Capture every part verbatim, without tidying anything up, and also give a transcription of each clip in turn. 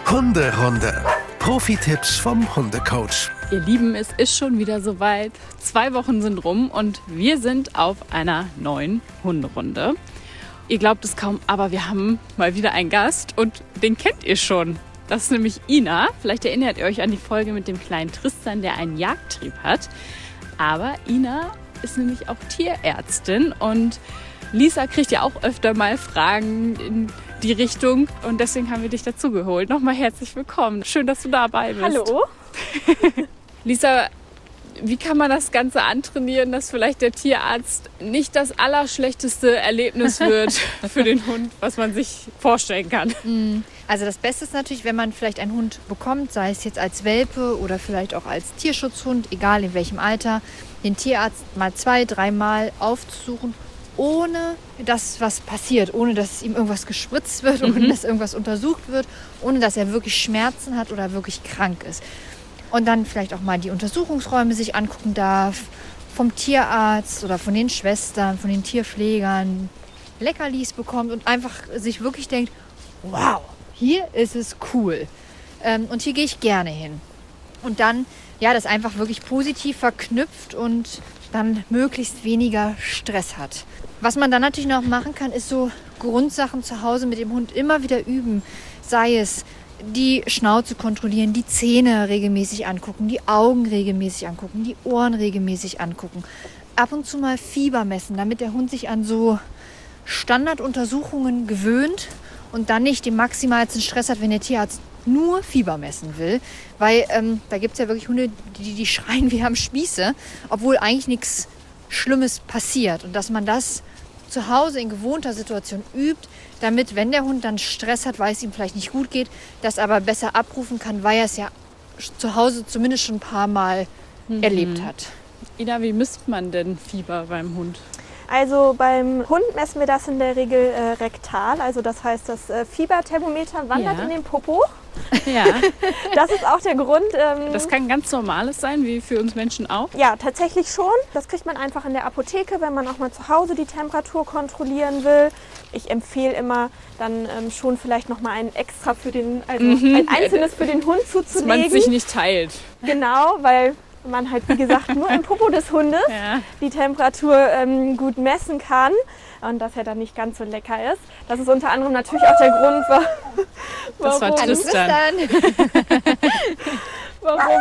Hunderunde. Profi-Tipps vom Hundecoach. Ihr Lieben, es ist schon wieder soweit. Zwei Wochen sind rum und wir sind auf einer neuen Hunderunde. Ihr glaubt es kaum, aber wir haben mal wieder einen Gast und den kennt ihr schon. Das ist nämlich Ina. Vielleicht erinnert ihr euch an die Folge mit dem kleinen Tristan, der einen Jagdtrieb hat. Aber Ina ist nämlich auch Tierärztin und Lisa kriegt ja auch öfter mal Fragen in die Richtung und deswegen haben wir dich dazu geholt. Nochmal herzlich willkommen. Schön, dass du dabei bist. Hallo. Lisa, wie kann man das Ganze antrainieren, dass vielleicht der Tierarzt nicht das allerschlechteste Erlebnis wird für den Hund, was man sich vorstellen kann? Also das Beste ist natürlich, wenn man vielleicht einen Hund bekommt, sei es jetzt als Welpe oder vielleicht auch als Tierschutzhund, egal in welchem Alter, den Tierarzt mal zwei, dreimal aufzusuchen, ohne dass was passiert, ohne dass ihm irgendwas gespritzt wird, ohne mhm. dass irgendwas untersucht wird, ohne dass er wirklich Schmerzen hat oder wirklich krank ist. Und dann vielleicht auch mal die Untersuchungsräume sich angucken darf, vom Tierarzt oder von den Schwestern, von den Tierpflegern, Leckerlis bekommt und einfach sich wirklich denkt, wow, hier ist es cool. Ähm, und hier gehe ich gerne hin. Und dann, ja, das einfach wirklich positiv verknüpft und dann möglichst weniger Stress hat. Was man dann natürlich noch machen kann, ist so Grundsachen zu Hause mit dem Hund immer wieder üben. Sei es die Schnauze kontrollieren, die Zähne regelmäßig angucken, die Augen regelmäßig angucken, die Ohren regelmäßig angucken. Ab und zu mal Fieber messen, damit der Hund sich an so Standarduntersuchungen gewöhnt und dann nicht den maximalsten Stress hat, wenn der Tierarzt nur Fieber messen will. Weil ähm, da gibt es ja wirklich Hunde, die, die schreien wie am Spieße, obwohl eigentlich nichts Schlimmes passiert. Und dass man das zu Hause in gewohnter Situation übt, damit, wenn der Hund dann Stress hat, weil es ihm vielleicht nicht gut geht, das aber besser abrufen kann, weil er es ja zu Hause zumindest schon ein paar Mal mhm. erlebt hat. Ina, wie misst man denn Fieber beim Hund? Also beim Hund messen wir das in der Regel äh, rektal, also das heißt, das äh, Fieberthermometer wandert ja. in den Popo. Ja. Das ist auch der Grund. Ähm, das kann ganz normales sein, wie für uns Menschen auch? Ja, tatsächlich schon. Das kriegt man einfach in der Apotheke, wenn man auch mal zu Hause die Temperatur kontrollieren will. Ich empfehle immer dann ähm, schon vielleicht noch mal ein extra für den, also mhm. ein einzelnes für den Hund zuzulegen. Dass man sich nicht teilt. Genau, weil man halt, wie gesagt, nur im Popo des Hundes ja. die Temperatur ähm, gut messen kann und dass er dann nicht ganz so lecker ist. Das ist unter anderem natürlich auch der Grund, warum, das war Tristan. warum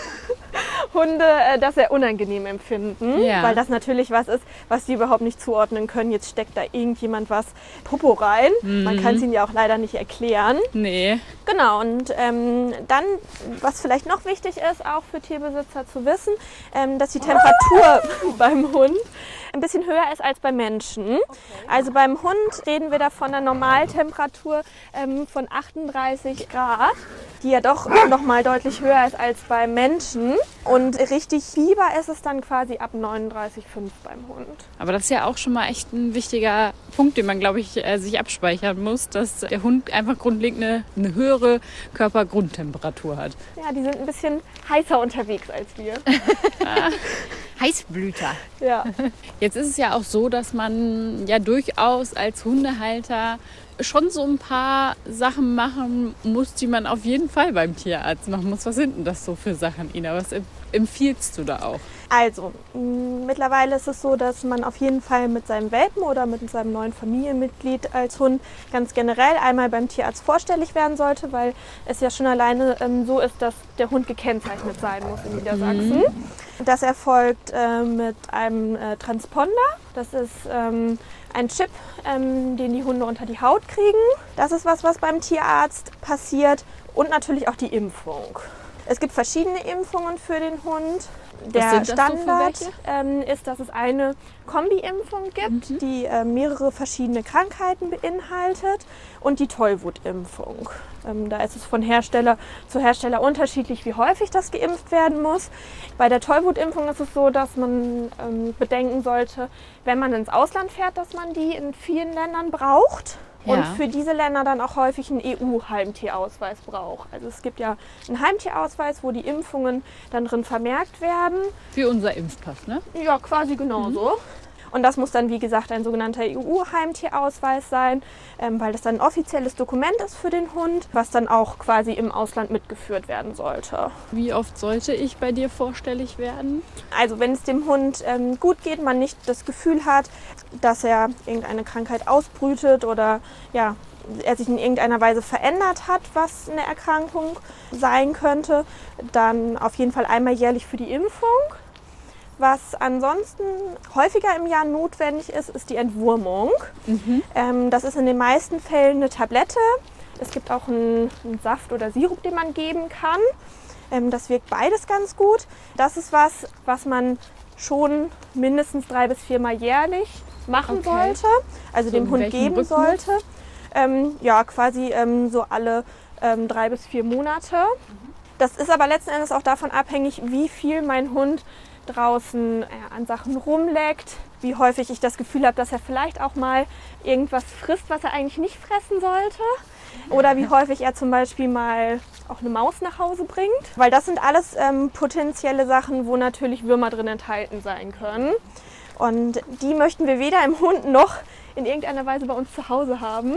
Hunde äh, das sehr unangenehm empfinden, ja. weil das natürlich was ist, was sie überhaupt nicht zuordnen können. Jetzt steckt da irgendjemand was Popo rein. Mhm. Man kann es ihnen ja auch leider nicht erklären. Nee. Genau, und ähm, dann, was vielleicht noch wichtig ist, auch für Tierbesitzer zu wissen, ähm, dass die Temperatur beim Hund ein bisschen höher ist als beim Menschen. Okay. Also beim Hund reden wir da von einer Normaltemperatur ähm, von achtunddreißig Grad, die ja doch noch mal deutlich höher ist als beim Menschen. Und richtig Fieber ist es dann quasi ab neununddreißig Komma fünf beim Hund. Aber das ist ja auch schon mal echt ein wichtiger Punkt, den man, glaube ich, sich abspeichern muss, dass der Hund einfach grundlegend eine, eine höhere Körpergrundtemperatur hat. Ja, die sind ein bisschen heißer unterwegs als wir. Ah. Heißblüter. Ja. Jetzt ist es ja auch so, dass man ja durchaus als Hundehalter schon so ein paar Sachen machen muss, die man auf jeden Fall beim Tierarzt machen muss. Was sind denn das so für Sachen, Ina? Was empfiehlst du da auch? Also, mh, mittlerweile ist es so, dass man auf jeden Fall mit seinem Welpen oder mit seinem neuen Familienmitglied als Hund ganz generell einmal beim Tierarzt vorstellig werden sollte, weil es ja schon alleine ähm, so ist, dass der Hund gekennzeichnet sein muss in Niedersachsen. Mhm. Das erfolgt äh, mit einem äh, Transponder. Das ist ähm, ein Chip, ähm, den die Hunde unter die Haut kriegen. Das ist was, was beim Tierarzt passiert. Und natürlich auch die Impfung. Es gibt verschiedene Impfungen für den Hund. Der Standard so ähm, ist, dass es eine Kombi-Impfung gibt, mhm. die äh, mehrere verschiedene Krankheiten beinhaltet, und die Tollwutimpfung. Ähm, da ist es von Hersteller zu Hersteller unterschiedlich, wie häufig das geimpft werden muss. Bei der Tollwutimpfung ist es so, dass man ähm, bedenken sollte, wenn man ins Ausland fährt, dass man die in vielen Ländern braucht. Und ja. für diese Länder dann auch häufig einen E U-Heimtierausweis braucht. Also es gibt ja einen Heimtierausweis, wo die Impfungen dann drin vermerkt werden. Wie unser Impfpass, ne? Ja, quasi genauso. Mhm. Und das muss dann, wie gesagt, ein sogenannter E U-Heimtierausweis sein, ähm, weil das dann ein offizielles Dokument ist für den Hund, was dann auch quasi im Ausland mitgeführt werden sollte. Wie oft sollte ich bei dir vorstellig werden? Also wenn es dem Hund ähm, gut geht, man nicht das Gefühl hat, dass er irgendeine Krankheit ausbrütet oder ja, er sich in irgendeiner Weise verändert hat, was eine Erkrankung sein könnte, dann auf jeden Fall einmal jährlich für die Impfung. Was ansonsten häufiger im Jahr notwendig ist, ist die Entwurmung. Mhm. Ähm, das ist in den meisten Fällen eine Tablette. Es gibt auch einen, einen Saft oder Sirup, den man geben kann. Ähm, das wirkt beides ganz gut. Das ist was, was man schon mindestens drei bis viermal jährlich machen okay. sollte, also so dem Hund geben Rhythmus? sollte. Ähm, ja, quasi ähm, so alle ähm, drei bis vier Monate. Mhm. Das ist aber letzten Endes auch davon abhängig, wie viel mein Hund draußen äh, an Sachen rumleckt, wie häufig ich das Gefühl habe, dass er vielleicht auch mal irgendwas frisst, was er eigentlich nicht fressen sollte. Oder wie häufig er zum Beispiel mal auch eine Maus nach Hause bringt. Weil das sind alles ähm, potenzielle Sachen, wo natürlich Würmer drin enthalten sein können. Und die möchten wir weder im Hund noch in irgendeiner Weise bei uns zu Hause haben.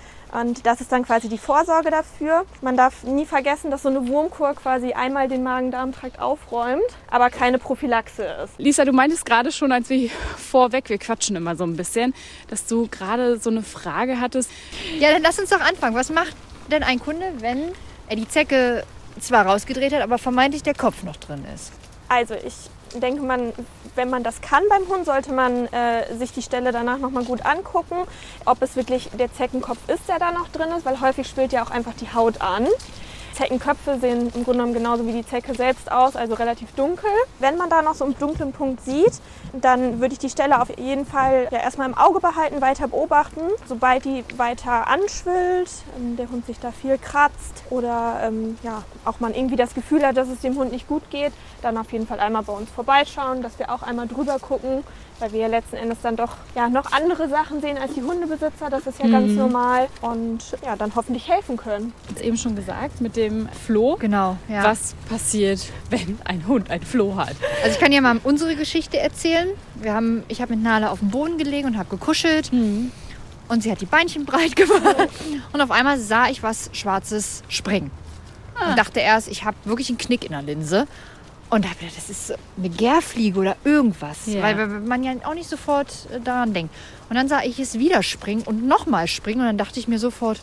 Und das ist dann quasi die Vorsorge dafür. Man darf nie vergessen, dass so eine Wurmkur quasi einmal den Magen-Darm-Trakt aufräumt, aber keine Prophylaxe ist. Lisa, du meintest gerade schon, als wir vorweg, wir quatschen immer so ein bisschen, dass du gerade so eine Frage hattest. Ja, dann lass uns doch anfangen. Was macht denn ein Kunde, wenn er die Zecke zwar rausgedreht hat, aber vermeintlich der Kopf noch drin ist? Also ich denke, man, wenn man das kann beim Hund, sollte man äh, sich die Stelle danach nochmal gut angucken, ob es wirklich der Zeckenkopf ist, der da noch drin ist, weil häufig schwillt ja auch einfach die Haut an. Zeckenköpfe sehen im Grunde genommen genauso wie die Zecke selbst aus, also relativ dunkel. Wenn man da noch so einen dunklen Punkt sieht, dann würde ich die Stelle auf jeden Fall ja erstmal im Auge behalten, weiter beobachten. Sobald die weiter anschwillt, ähm, der Hund sich da viel kratzt oder ähm, ja, auch man irgendwie das Gefühl hat, dass es dem Hund nicht gut geht, dann auf jeden Fall einmal bei uns vorbeischauen, dass wir auch einmal drüber gucken, weil wir ja letzten Endes dann doch ja, noch andere Sachen sehen als die Hundebesitzer. Das ist ja mhm. ganz normal und ja, dann hoffentlich helfen können. Du hast eben schon gesagt, mit dem Floh. Genau, ja. Was passiert, wenn ein Hund ein Floh hat? Also ich kann ja mal unsere Geschichte erzählen. Wir haben, ich habe mit Nala auf dem Boden gelegen und habe gekuschelt. Mhm. Und sie hat die Beinchen breit gemacht. Und auf einmal sah ich was Schwarzes springen. Ah. Und dachte erst, ich habe wirklich einen Knick in der Linse. Und da habe ich gedacht, das ist eine Gärfliege oder irgendwas, ja. weil man ja auch nicht sofort daran denkt. Und dann sah ich es wieder springen und nochmal springen und dann dachte ich mir sofort,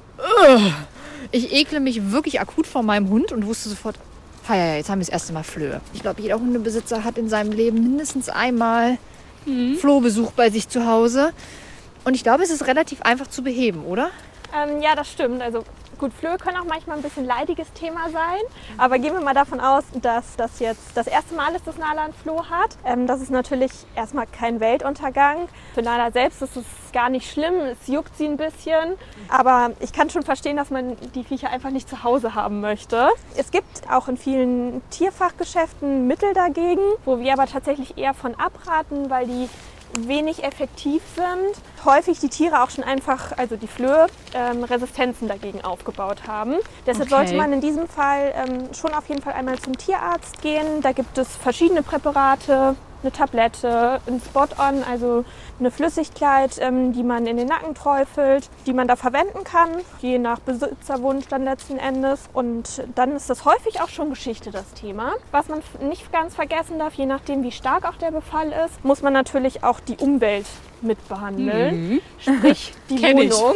ich ekle mich wirklich akut vor meinem Hund und wusste sofort, ja, jetzt haben wir das erste Mal Flöhe. Ich glaube, jeder Hundebesitzer hat in seinem Leben mindestens einmal mhm. Flohbesuch bei sich zu Hause. Und ich glaube, es ist relativ einfach zu beheben, oder? Ähm, ja, das stimmt. Also gut, Flöhe können auch manchmal ein bisschen leidiges Thema sein, aber gehen wir mal davon aus, dass das jetzt das erste Mal ist, dass Nala ein Floh hat. Ähm, das ist natürlich erstmal kein Weltuntergang. Für Nala selbst ist es gar nicht schlimm, es juckt sie ein bisschen, aber ich kann schon verstehen, dass man die Viecher einfach nicht zu Hause haben möchte. Es gibt auch in vielen Tierfachgeschäften Mittel dagegen, wo wir aber tatsächlich eher von abraten, weil die wenig effektiv sind. Häufig die Tiere auch schon einfach, also die Flöhe, ähm, Resistenzen dagegen aufgebaut haben. Deshalb okay. sollte man in diesem Fall ähm, schon auf jeden Fall einmal zum Tierarzt gehen. Da gibt es verschiedene Präparate, eine Tablette, ein Spot-on, also eine Flüssigkeit, ähm, die man in den Nacken träufelt, die man da verwenden kann, je nach Besitzerwunsch dann letzten Endes. Und dann ist das häufig auch schon Geschichte, das Thema. Was man nicht ganz vergessen darf, je nachdem wie stark auch der Befall ist, muss man natürlich auch die Umwelt mit behandeln, mhm. sprich die Kenn Wohnung.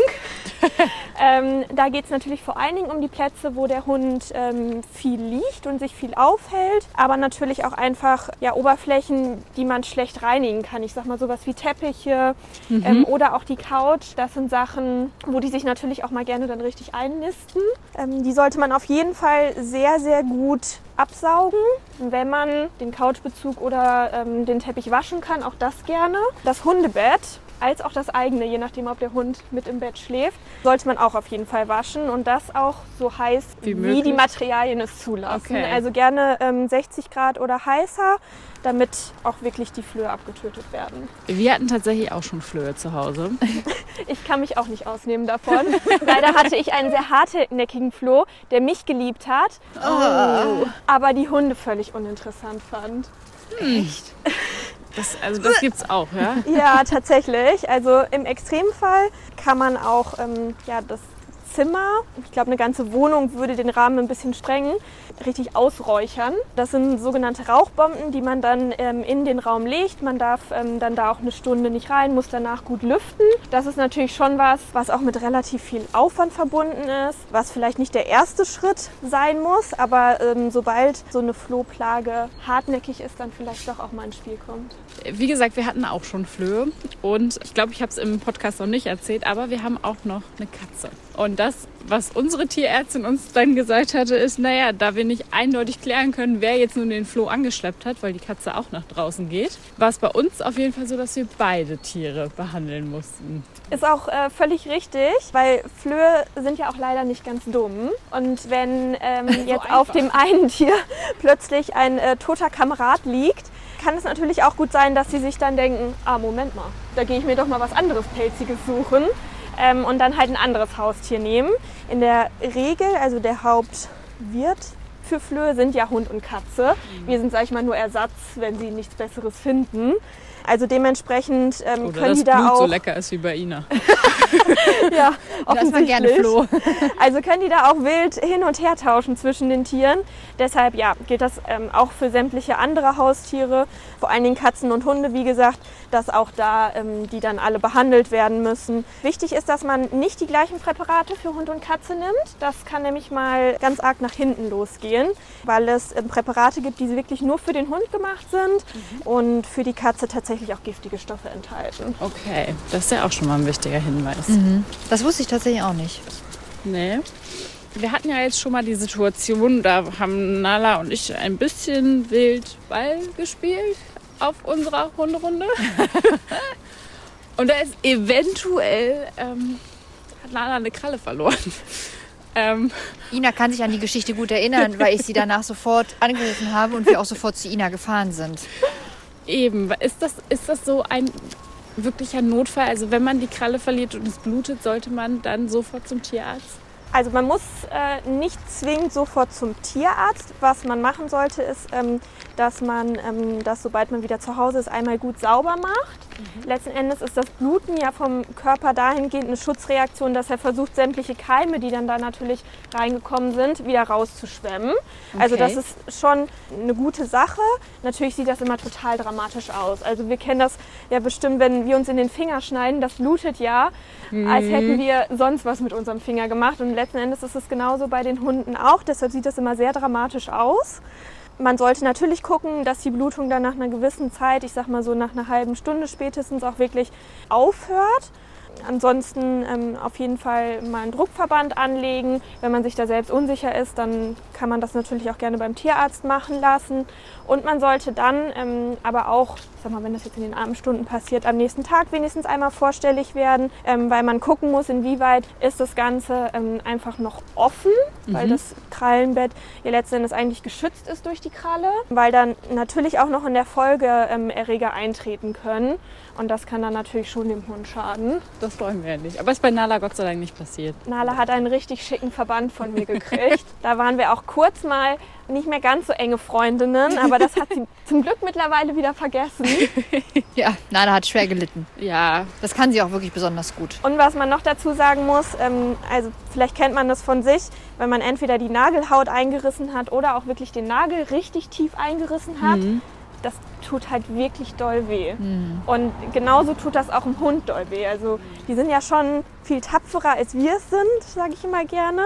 ähm, da geht es natürlich vor allen Dingen um die Plätze, wo der Hund ähm, viel liegt und sich viel aufhält, aber natürlich auch einfach ja, Oberflächen, die man schlecht reinigen kann. Ich sag mal sowas wie Teppiche mhm. ähm, oder auch die Couch. Das sind Sachen, wo die sich natürlich auch mal gerne dann richtig einnisten. Ähm, die sollte man auf jeden Fall sehr, sehr gut absaugen, wenn man den Couchbezug oder ähm, den Teppich waschen kann, auch das gerne. Das Hundebett als auch das eigene, je nachdem, ob der Hund mit im Bett schläft, sollte man auch auf jeden Fall waschen und das auch so heiß, wie, wie die Materialien es zulassen. Okay. Also gerne ähm, sechzig Grad oder heißer, damit auch wirklich die Flöhe abgetötet werden. Wir hatten tatsächlich auch schon Flöhe zu Hause. Ich kann mich auch nicht ausnehmen davon. Leider hatte ich einen sehr hartnäckigen Floh, der mich geliebt hat, oh. aber die Hunde völlig uninteressant fand. Echt? Das, also das gibt's auch, ja? Ja, tatsächlich. Also im Extremfall kann man auch ähm, ja, das Zimmer, ich glaube eine ganze Wohnung würde den Rahmen ein bisschen sprengen, richtig ausräuchern. Das sind sogenannte Rauchbomben, die man dann ähm, in den Raum legt. Man darf ähm, dann da auch eine Stunde nicht rein, muss danach gut lüften. Das ist natürlich schon was, was auch mit relativ viel Aufwand verbunden ist, was vielleicht nicht der erste Schritt sein muss, aber ähm, sobald so eine Flohplage hartnäckig ist, dann vielleicht doch auch mal ins Spiel kommt. Wie gesagt, wir hatten auch schon Flöhe und ich glaube, ich habe es im Podcast noch nicht erzählt, aber wir haben auch noch eine Katze. Und das, was unsere Tierärztin uns dann gesagt hatte, ist, naja, da wir nicht eindeutig klären können, wer jetzt nun den Floh angeschleppt hat, weil die Katze auch nach draußen geht, war es bei uns auf jeden Fall so, dass wir beide Tiere behandeln mussten. Ist auch äh, völlig richtig, weil Flöhe sind ja auch leider nicht ganz dumm. Und wenn ähm, so jetzt einfach auf dem einen Tier plötzlich ein äh, toter Kamerad liegt, kann es natürlich auch gut sein, dass sie sich dann denken, ah, Moment mal, da gehe ich mir doch mal was anderes Pelziges suchen. Ähm, und dann halt ein anderes Haustier nehmen. In der Regel, also der Hauptwirt für Flöhe sind ja Hund und Katze. Wir sind, sag ich mal, nur Ersatz, wenn sie nichts Besseres finden. Also dementsprechend ähm, Oder können das die da Blut auch so lecker ist wie bei Ina. Ja, Lass mal gerne Floh. Also können die da auch wild hin und her tauschen zwischen den Tieren. Deshalb ja, gilt das ähm, auch für sämtliche andere Haustiere, vor allen Dingen Katzen und Hunde, wie gesagt, dass auch da ähm, die dann alle behandelt werden müssen. Wichtig ist, dass man nicht die gleichen Präparate für Hund und Katze nimmt. Das kann nämlich mal ganz arg nach hinten losgehen, weil es ähm, Präparate gibt, die wirklich nur für den Hund gemacht sind mhm. und für die Katze tatsächlich auch giftige Stoffe enthalten. Okay, das ist ja auch schon mal ein wichtiger Hinweis. Mhm. Das wusste ich tatsächlich auch nicht. Nee. Wir hatten ja jetzt schon mal die Situation, da haben Nala und ich ein bisschen wild Ball gespielt auf unserer Hunderunde. Und da ist eventuell, ähm, hat Nala eine Kralle verloren. Ähm, Ina kann sich an die Geschichte gut erinnern, weil ich sie danach sofort angerufen habe und wir auch sofort zu Ina gefahren sind. Eben, ist das, ist das so ein wirklicher Notfall? Also wenn man die Kralle verliert und es blutet, sollte man dann sofort zum Tierarzt? Also man muss äh, nicht zwingend sofort zum Tierarzt. Was man machen sollte, ist, ähm, dass man ähm, das, sobald man wieder zu Hause ist, einmal gut sauber macht. Mhm. Letzten Endes ist das Bluten ja vom Körper dahingehend eine Schutzreaktion, dass er versucht, sämtliche Keime, die dann da natürlich reingekommen sind, wieder rauszuschwemmen. Okay. Also das ist schon eine gute Sache. Natürlich sieht das immer total dramatisch aus. Also wir kennen das ja bestimmt, wenn wir uns in den Finger schneiden, das blutet ja, mhm. als hätten wir sonst was mit unserem Finger gemacht. Und letzten Endes ist es genauso bei den Hunden auch. Deshalb sieht das immer sehr dramatisch aus. Man sollte natürlich gucken, dass die Blutung dann nach einer gewissen Zeit, ich sag mal so nach einer halben Stunde spätestens, auch wirklich aufhört. Ansonsten ähm, auf jeden Fall mal einen Druckverband anlegen. Wenn man sich da selbst unsicher ist, dann kann man das natürlich auch gerne beim Tierarzt machen lassen. Und man sollte dann ähm, aber auch, ich sag mal, wenn das jetzt in den Abendstunden passiert, am nächsten Tag wenigstens einmal vorstellig werden, ähm, weil man gucken muss, inwieweit ist das Ganze ähm, einfach noch offen, mhm. weil das Krallenbett ja letzten Endes eigentlich geschützt ist durch die Kralle, weil dann natürlich auch noch in der Folge ähm, Erreger eintreten können. Und das kann dann natürlich schon dem Hund schaden. Das wollen wir ja nicht. Aber ist bei Nala Gott sei Dank nicht passiert. Nala hat einen richtig schicken Verband von mir gekriegt. Da waren wir auch kurz mal nicht mehr ganz so enge Freundinnen, aber das hat sie zum Glück mittlerweile wieder vergessen. Ja, Nala hat schwer gelitten. Ja. Das kann sie auch wirklich besonders gut. Und was man noch dazu sagen muss, ähm, also vielleicht kennt man das von sich, wenn man entweder die Nagelhaut eingerissen hat oder auch wirklich den Nagel richtig tief eingerissen hat. Mhm. Das tut halt wirklich doll weh. Mhm. Und genauso tut das auch im Hund doll weh. Also die sind ja schon viel tapferer, als wir es sind, sage ich immer gerne.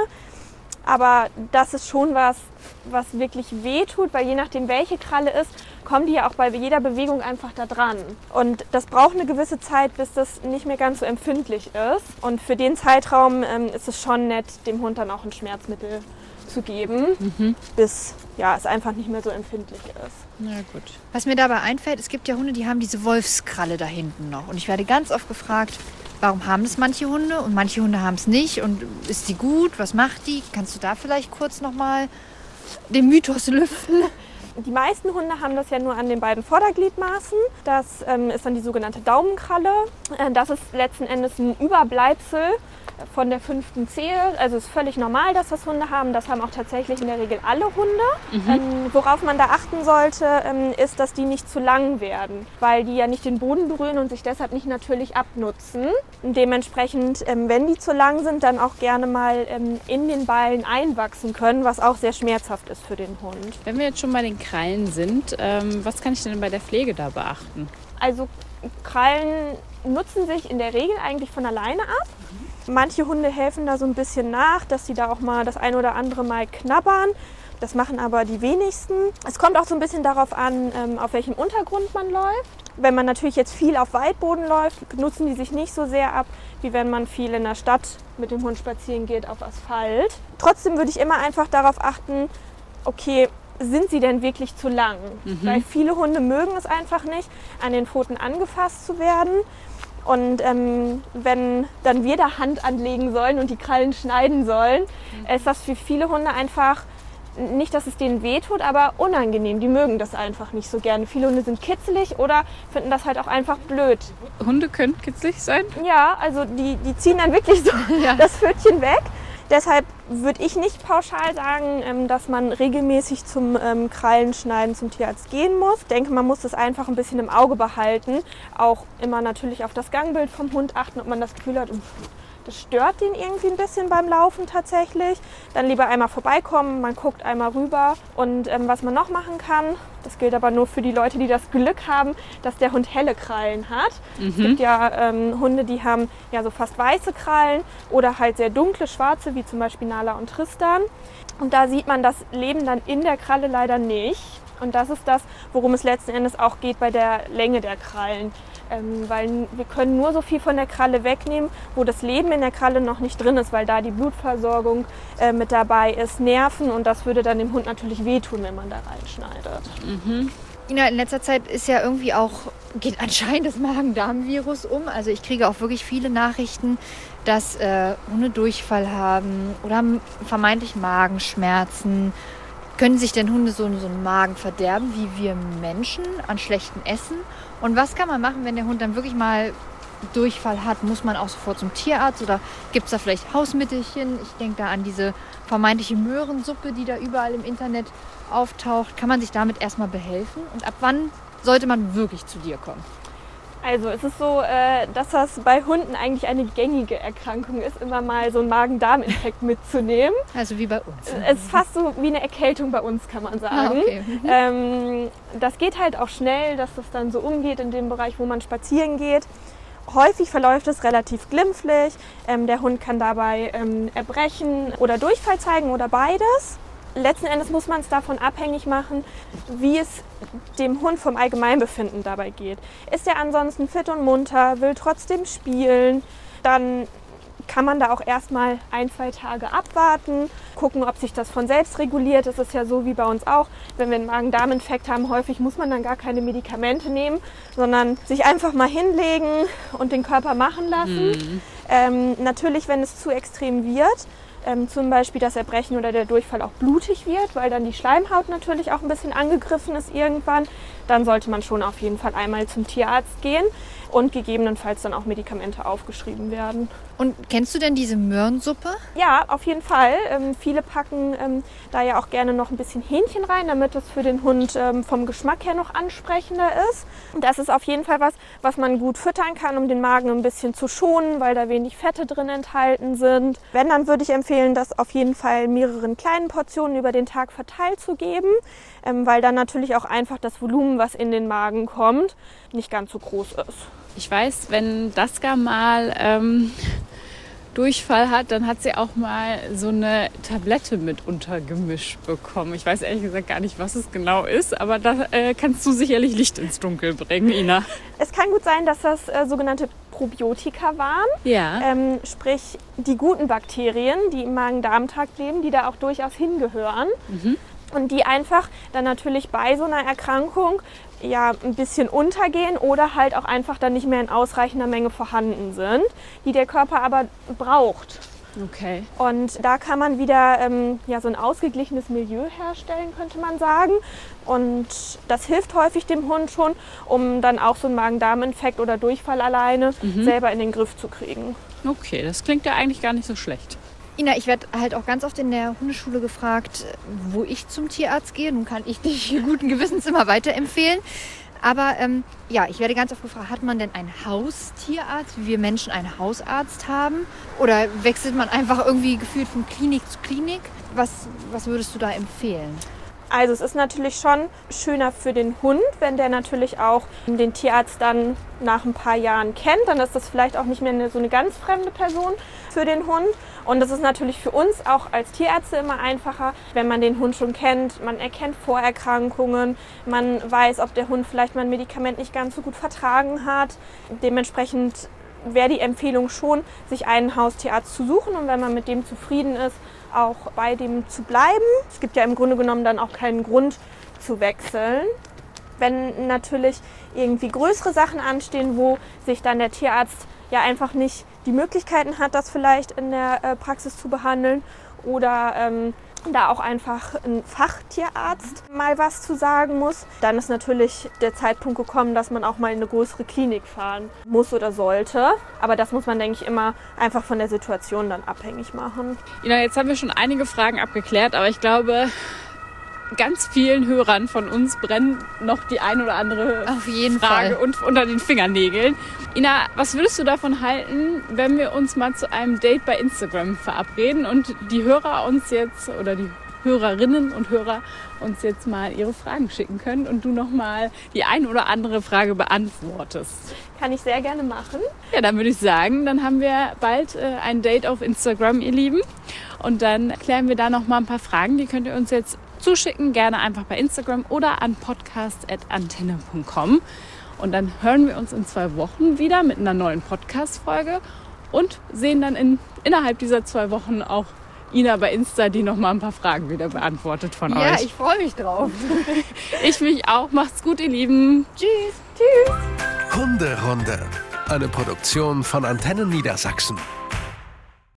Aber das ist schon was, was wirklich weh tut, weil je nachdem, welche Kralle ist, kommen die ja auch bei jeder Bewegung einfach da dran. Und das braucht eine gewisse Zeit, bis das nicht mehr ganz so empfindlich ist. Und für den Zeitraum ähm, ist es schon nett, dem Hund dann auch ein Schmerzmittel zu geben, mhm. bis ja, es einfach nicht mehr so empfindlich ist. Ja, gut. Was mir dabei einfällt, es gibt ja Hunde, die haben diese Wolfskralle da hinten noch. Und ich werde ganz oft gefragt, warum haben das manche Hunde und manche Hunde haben es nicht? Und ist die gut? Was macht die? Kannst du da vielleicht kurz nochmal den Mythos lüften? Die meisten Hunde haben das ja nur an den beiden Vordergliedmaßen. Das ähm, ist dann die sogenannte Daumenkralle. Äh, das ist letzten Endes ein Überbleibsel von der fünften Zehe. Also es ist völlig normal, dass das Hunde haben. Das haben auch tatsächlich in der Regel alle Hunde. Mhm. Ähm, worauf man da achten sollte, ähm, ist, dass die nicht zu lang werden, weil die ja nicht den Boden berühren und sich deshalb nicht natürlich abnutzen. Und dementsprechend, ähm, wenn die zu lang sind, dann auch gerne mal ähm, in den Ballen einwachsen können, was auch sehr schmerzhaft ist für den Hund. Wenn wir jetzt schon bei den Krallen sind, ähm, was kann ich denn bei der Pflege da beachten? Also Krallen nutzen sich in der Regel eigentlich von alleine ab. Manche Hunde helfen da so ein bisschen nach, dass sie da auch mal das ein oder andere Mal knabbern. Das machen aber die wenigsten. Es kommt auch so ein bisschen darauf an, auf welchem Untergrund man läuft. Wenn man natürlich jetzt viel auf Waldboden läuft, nutzen die sich nicht so sehr ab, wie wenn man viel in der Stadt mit dem Hund spazieren geht auf Asphalt. Trotzdem würde ich immer einfach darauf achten, okay, sind sie denn wirklich zu lang? Mhm. Weil viele Hunde mögen es einfach nicht, an den Pfoten angefasst zu werden. Und ähm, wenn dann wir da Hand anlegen sollen und die Krallen schneiden sollen, mhm. ist das für viele Hunde einfach, nicht, dass es denen wehtut, aber unangenehm. Die mögen das einfach nicht so gerne. Viele Hunde sind kitzelig oder finden das halt auch einfach blöd. Hunde können kitzlig sein? Ja, also die, die ziehen dann wirklich so ja. das Pfötchen weg. Deshalb würde ich nicht pauschal sagen, dass man regelmäßig zum Krallenschneiden zum Tierarzt gehen muss. Ich denke, man muss das einfach ein bisschen im Auge behalten. Auch immer natürlich auf das Gangbild vom Hund achten, ob man das Gefühl hat, das stört ihn irgendwie ein bisschen beim Laufen tatsächlich. Dann lieber einmal vorbeikommen, man guckt einmal rüber. Und ähm, was man noch machen kann, das gilt aber nur für die Leute, die das Glück haben, dass der Hund helle Krallen hat. Mhm. Es gibt ja ähm, Hunde, die haben ja so fast weiße Krallen oder halt sehr dunkle, schwarze, wie zum Beispiel Nala und Tristan. Und da sieht man das Leben dann in der Kralle leider nicht. Und das ist das, worum es letzten Endes auch geht bei der Länge der Krallen. Ähm, weil wir können nur so viel von der Kralle wegnehmen, wo das Leben in der Kralle noch nicht drin ist, weil da die Blutversorgung äh, mit dabei ist, Nerven, und das würde dann dem Hund natürlich wehtun, wenn man da reinschneidet. Mhm. Ina, in letzter Zeit ist ja irgendwie auch, geht anscheinend das Magen-Darm-Virus um. Also ich kriege auch wirklich viele Nachrichten, dass äh, Hunde Durchfall haben oder vermeintlich Magenschmerzen. Können sich denn Hunde so, so einen Magen verderben wie wir Menschen an schlechtem Essen? Und was kann man machen, wenn der Hund dann wirklich mal Durchfall hat? Muss man auch sofort zum Tierarzt oder gibt es da vielleicht Hausmittelchen? Ich denke da an diese vermeintliche Möhrensuppe, die da überall im Internet auftaucht. Kann man sich damit erstmal behelfen? Und ab wann sollte man wirklich zu dir kommen? Also es ist so, dass das bei Hunden eigentlich eine gängige Erkrankung ist, immer mal so einen Magen-Darm-Infekt mitzunehmen. Also wie bei uns. Es ist fast so wie eine Erkältung bei uns, kann man sagen. Ah, okay. Mhm. Ähm, das geht halt auch schnell, dass das dann so umgeht in dem Bereich, wo man spazieren geht. Häufig verläuft es relativ glimpflich. Ähm, der Hund kann dabei ähm, Erbrechen oder Durchfall zeigen oder beides. Letzten Endes muss man es davon abhängig machen, wie es dem Hund vom Allgemeinbefinden dabei geht. Ist er ansonsten fit und munter, will trotzdem spielen, dann kann man da auch erstmal ein, zwei Tage abwarten, gucken, ob sich das von selbst reguliert. Das ist ja so wie bei uns auch. Wenn wir einen Magen-Darm-Infekt haben, häufig muss man dann gar keine Medikamente nehmen, sondern sich einfach mal hinlegen und den Körper machen lassen. Mhm. Ähm, natürlich, wenn es zu extrem wird, Ähm, zum Beispiel das Erbrechen oder der Durchfall auch blutig wird, weil dann die Schleimhaut natürlich auch ein bisschen angegriffen ist irgendwann, dann sollte man schon auf jeden Fall einmal zum Tierarzt gehen und gegebenenfalls dann auch Medikamente aufgeschrieben werden. Und kennst du denn diese Möhrensuppe? Ja, auf jeden Fall. Ähm, viele packen ähm, da ja auch gerne noch ein bisschen Hähnchen rein, damit es für den Hund ähm, vom Geschmack her noch ansprechender ist. Das ist auf jeden Fall was, was man gut füttern kann, um den Magen ein bisschen zu schonen, weil da wenig Fette drin enthalten sind. Wenn, dann würde ich empfehlen, das auf jeden Fall mehreren kleinen Portionen über den Tag verteilt zu geben, ähm, weil dann natürlich auch einfach das Volumen, was in den Magen kommt, nicht ganz so groß ist. Ich weiß, wenn Daska mal ähm, Durchfall hat, dann hat sie auch mal so eine Tablette mit untergemischt bekommen. Ich weiß ehrlich gesagt gar nicht, was es genau ist, aber da äh, kannst du sicherlich Licht ins Dunkel bringen, Ina. Es kann gut sein, dass das äh, sogenannte Probiotika waren. Ja. Ähm, sprich, die guten Bakterien, die im Magen-Darm-Trakt leben, die da auch durchaus hingehören. Mhm. Und die einfach dann natürlich bei so einer Erkrankung ja ein bisschen untergehen oder halt auch einfach dann nicht mehr in ausreichender Menge vorhanden sind, die der Körper aber braucht. Okay. Und da kann man wieder ähm, ja, so ein ausgeglichenes Milieu herstellen, könnte man sagen. Und das hilft häufig dem Hund schon, um dann auch so einen Magen-Darm-Infekt oder Durchfall alleine mhm. selber in den Griff zu kriegen. Okay, das klingt ja eigentlich gar nicht so schlecht. Ina, ich werde halt auch ganz oft in der Hundeschule gefragt, wo ich zum Tierarzt gehe. Nun kann ich dich guten Gewissens immer weiterempfehlen. Aber ähm, ja, ich werde ganz oft gefragt, hat man denn einen Haustierarzt, wie wir Menschen einen Hausarzt haben? Oder wechselt man einfach irgendwie gefühlt von Klinik zu Klinik? Was, was würdest du da empfehlen? Also es ist natürlich schon schöner für den Hund, wenn der natürlich auch den Tierarzt dann nach ein paar Jahren kennt. Dann ist das vielleicht auch nicht mehr eine, so eine ganz fremde Person für den Hund. Und das ist natürlich für uns auch als Tierärzte immer einfacher, wenn man den Hund schon kennt. Man erkennt Vorerkrankungen, man weiß, ob der Hund vielleicht mal ein Medikament nicht ganz so gut vertragen hat. Dementsprechend wäre die Empfehlung schon, sich einen Haustierarzt zu suchen und wenn man mit dem zufrieden ist, auch bei dem zu bleiben. Es gibt ja im Grunde genommen dann auch keinen Grund zu wechseln. Wenn natürlich irgendwie größere Sachen anstehen, wo sich dann der Tierarzt ja einfach nicht die Möglichkeiten hat, das vielleicht in der äh, Praxis zu behandeln oder ähm, da auch einfach ein Fachtierarzt mal was zu sagen muss, dann ist natürlich der Zeitpunkt gekommen, dass man auch mal in eine größere Klinik fahren muss oder sollte. Aber das muss man, denke ich, immer einfach von der Situation dann abhängig machen. Ina, jetzt haben wir schon einige Fragen abgeklärt, aber ich glaube, ganz vielen Hörern von uns brennen noch die ein oder andere Auf jeden Frage Fall. und unter den Fingernägeln. Ina, was würdest du davon halten, wenn wir uns mal zu einem Date bei Instagram verabreden und die Hörer uns jetzt oder die Hörerinnen und Hörer uns jetzt mal ihre Fragen schicken können und du noch mal die ein oder andere Frage beantwortest? Kann ich sehr gerne machen. Ja, dann würde ich sagen, dann haben wir bald äh, ein Date auf Instagram, ihr Lieben. Und dann klären wir da noch mal ein paar Fragen. Die könnt ihr uns jetzt zuschicken, gerne einfach bei Instagram oder an podcast at antenne punkt com. Und dann hören wir uns in zwei Wochen wieder mit einer neuen Podcast-Folge und sehen dann in, innerhalb dieser zwei Wochen auch Ina bei Insta, die noch mal ein paar Fragen wieder beantwortet von Ja, euch. ich freue mich drauf. Ich mich auch. Macht's gut, ihr Lieben. Tschüss. Tschüss. Hunderunde, eine Produktion von Antennen Niedersachsen.